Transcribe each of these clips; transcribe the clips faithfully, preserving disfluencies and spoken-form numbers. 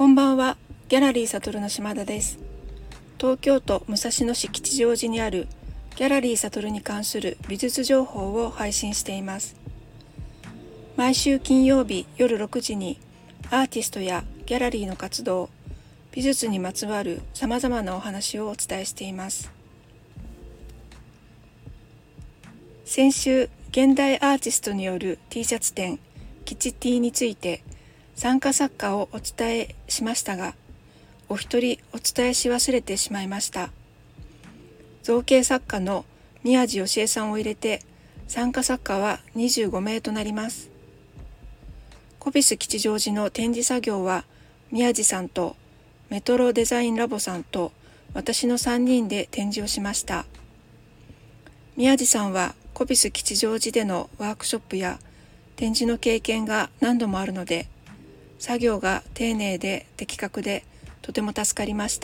こんばんは。ギャラリーサトルの島田です。東京都武蔵野市吉祥寺にあるギャラリーサトルに関する美術情報を配信しています。毎週金曜日夜ろくじにアーティストやギャラリーの活動、美術にまつわるさまざまなお話をお伝えしています。先週、現代アーティストによる T シャツ展吉 T について参加作家をお伝えしましたが、お一人お伝えし忘れてしまいました。造形作家の宮地芳恵さんを入れて参加作家はにじゅうごめいとなります。コビス吉祥寺の展示作業は宮地さんとメトロデザインラボさんと私のさんにんで展示をしました。宮地さんはコビス吉祥寺でのワークショップや展示の経験が何度もあるので、作業が丁寧で的確でとても助かりました。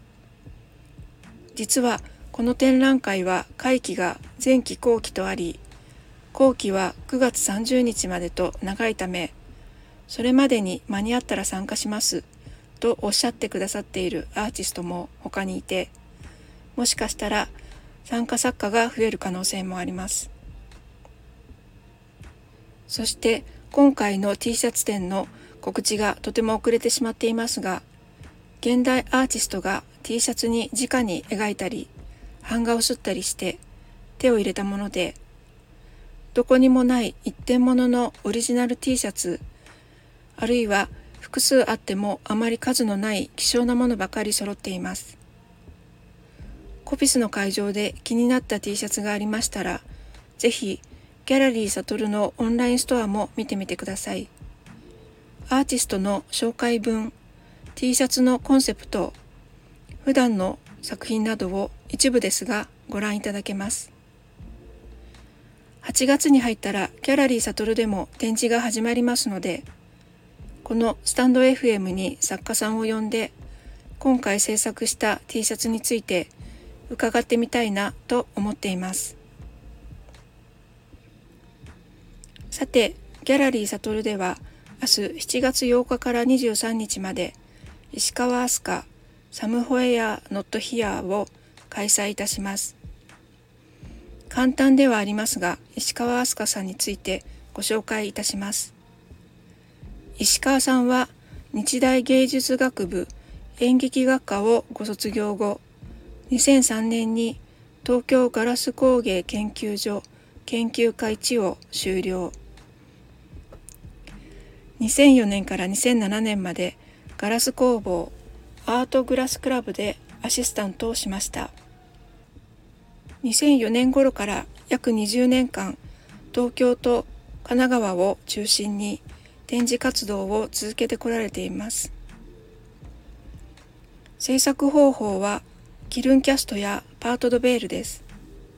実はこの展覧会は会期が前期後期とあり、後期はくがつさんじゅうにちまでと長いため、それまでに間に合ったら参加しますとおっしゃってくださっているアーティストも他にいて、もしかしたら参加作家が増える可能性もあります。そして今回の T シャツ展の告知がとても遅れてしまっていますが、現代アーティストが T シャツに直に描いたり版画を刷ったりして手を入れたもので、どこにもない一点物のオリジナル T シャツ、あるいは複数あってもあまり数のない希少なものばかり揃っています。コピスの会場で気になった T シャツがありましたら、ぜひギャラリーサトルのオンラインストアも見てみてください。アーティストの紹介文、T シャツのコンセプト、普段の作品などを一部ですがご覧いただけます。はちがつに入ったらギャラリーサトルでも展示が始まりますので、このスタンド エフエム に作家さんを呼んで、今回制作した T シャツについて伺ってみたいなと思っています。さて、ギャラリーサトルでは明日しちがつようかからにじゅうさんにちまで石川飛鳥サムホエアノットヒアを開催いたします。簡単ではありますが、石川飛鳥さんについてご紹介いたします。石川さんは日大芸術学部演劇学科をご卒業後、にせんさんねんに東京ガラス工芸研究所研究科いちを修了。にせんよねんからにせんななねんまでガラス工房アートグラスクラブでアシスタントをしました。にせんよねん頃から約にじゅうねんかん東京と神奈川を中心に展示活動を続けてこられています。制作方法はキルンキャストやパートドベールです。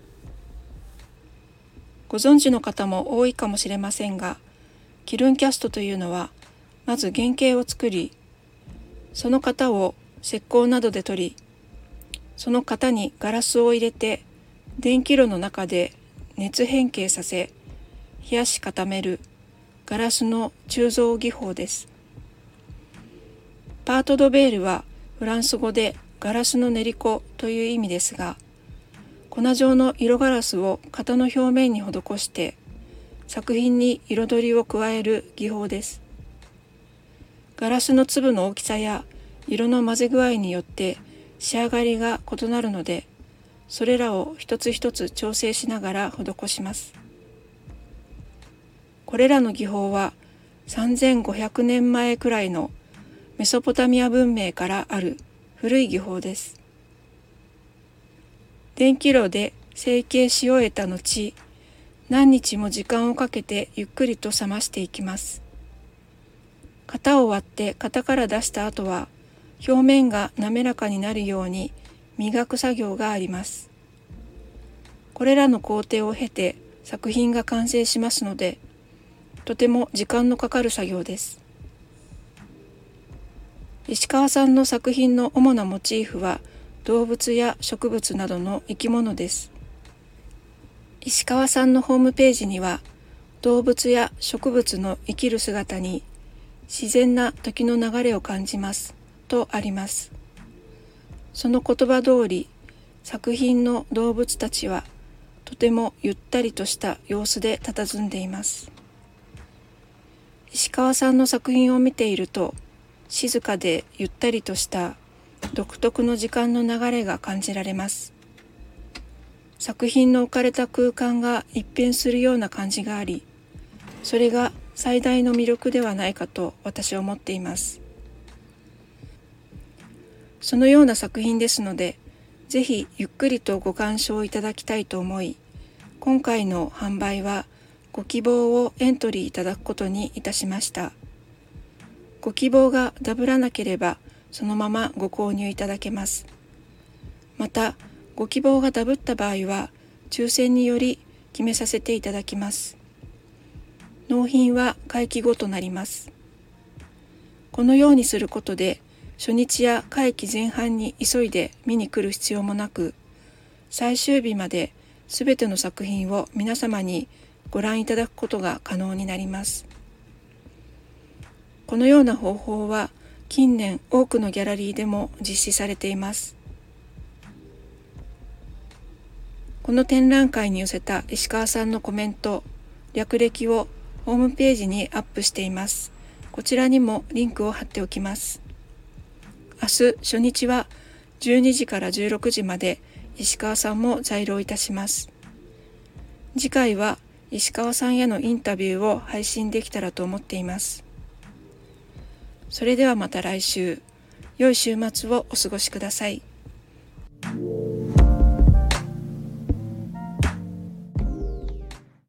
ご存知の方も多いかもしれませんが、キルンキャストというのは、まず原型を作り、その型を石膏などで取り、その型にガラスを入れて、電気炉の中で熱変形させ、冷やし固めるガラスの鋳造技法です。パートドベールはフランス語でガラスの練り粉という意味ですが、粉状の色ガラスを型の表面に施して作品に彩りを加える技法です。ガラスの粒の大きさや色の混ぜ具合によって仕上がりが異なるので、それらを一つ一つ調整しながら施します。これらの技法はさんぜんごひゃくねんまえくらいのメソポタミア文明からある古い技法です。電気炉で成形し終えた後、何日も時間をかけてゆっくりと冷ましていきます。型を割って型から出した後は、表面が滑らかになるように磨く作業があります。これらの工程を経て作品が完成しますので、とても時間のかかる作業です。石川さんの作品の主なモチーフは動物や植物などの生き物です。石川さんのホームページには動物や植物の生きる姿に自然な時の流れを感じますとあります。その言葉通り、作品の動物たちはとてもゆったりとした様子で佇んでいます。石川さんの作品を見ていると、静かでゆったりとした独特の時間の流れが感じられます。作品の置かれた空間が一変するような感じがあり、それが最大の魅力ではないかと私は思っています。そのような作品ですので、ぜひゆっくりとご鑑賞いただきたいと思い、今回の販売はご希望をエントリーいただくことにいたしました。ご希望がダブらなければそのままご購入いただけます。また、ご希望がダブった場合は抽選により決めさせていただきます。納品は会期後となります。このようにすることで、初日や会期前半に急いで見に来る必要もなく、最終日まですべての作品を皆様にご覧いただくことが可能になります。このような方法は近年多くのギャラリーでも実施されています。この展覧会に寄せた石川さんのコメント、略歴をホームページにアップしています。こちらにもリンクを貼っておきます。明日初日はじゅうにじからじゅうろくじまで石川さんも在廊いたします。次回は石川さんへのインタビューを配信できたらと思っています。それではまた来週、良い週末をお過ごしください。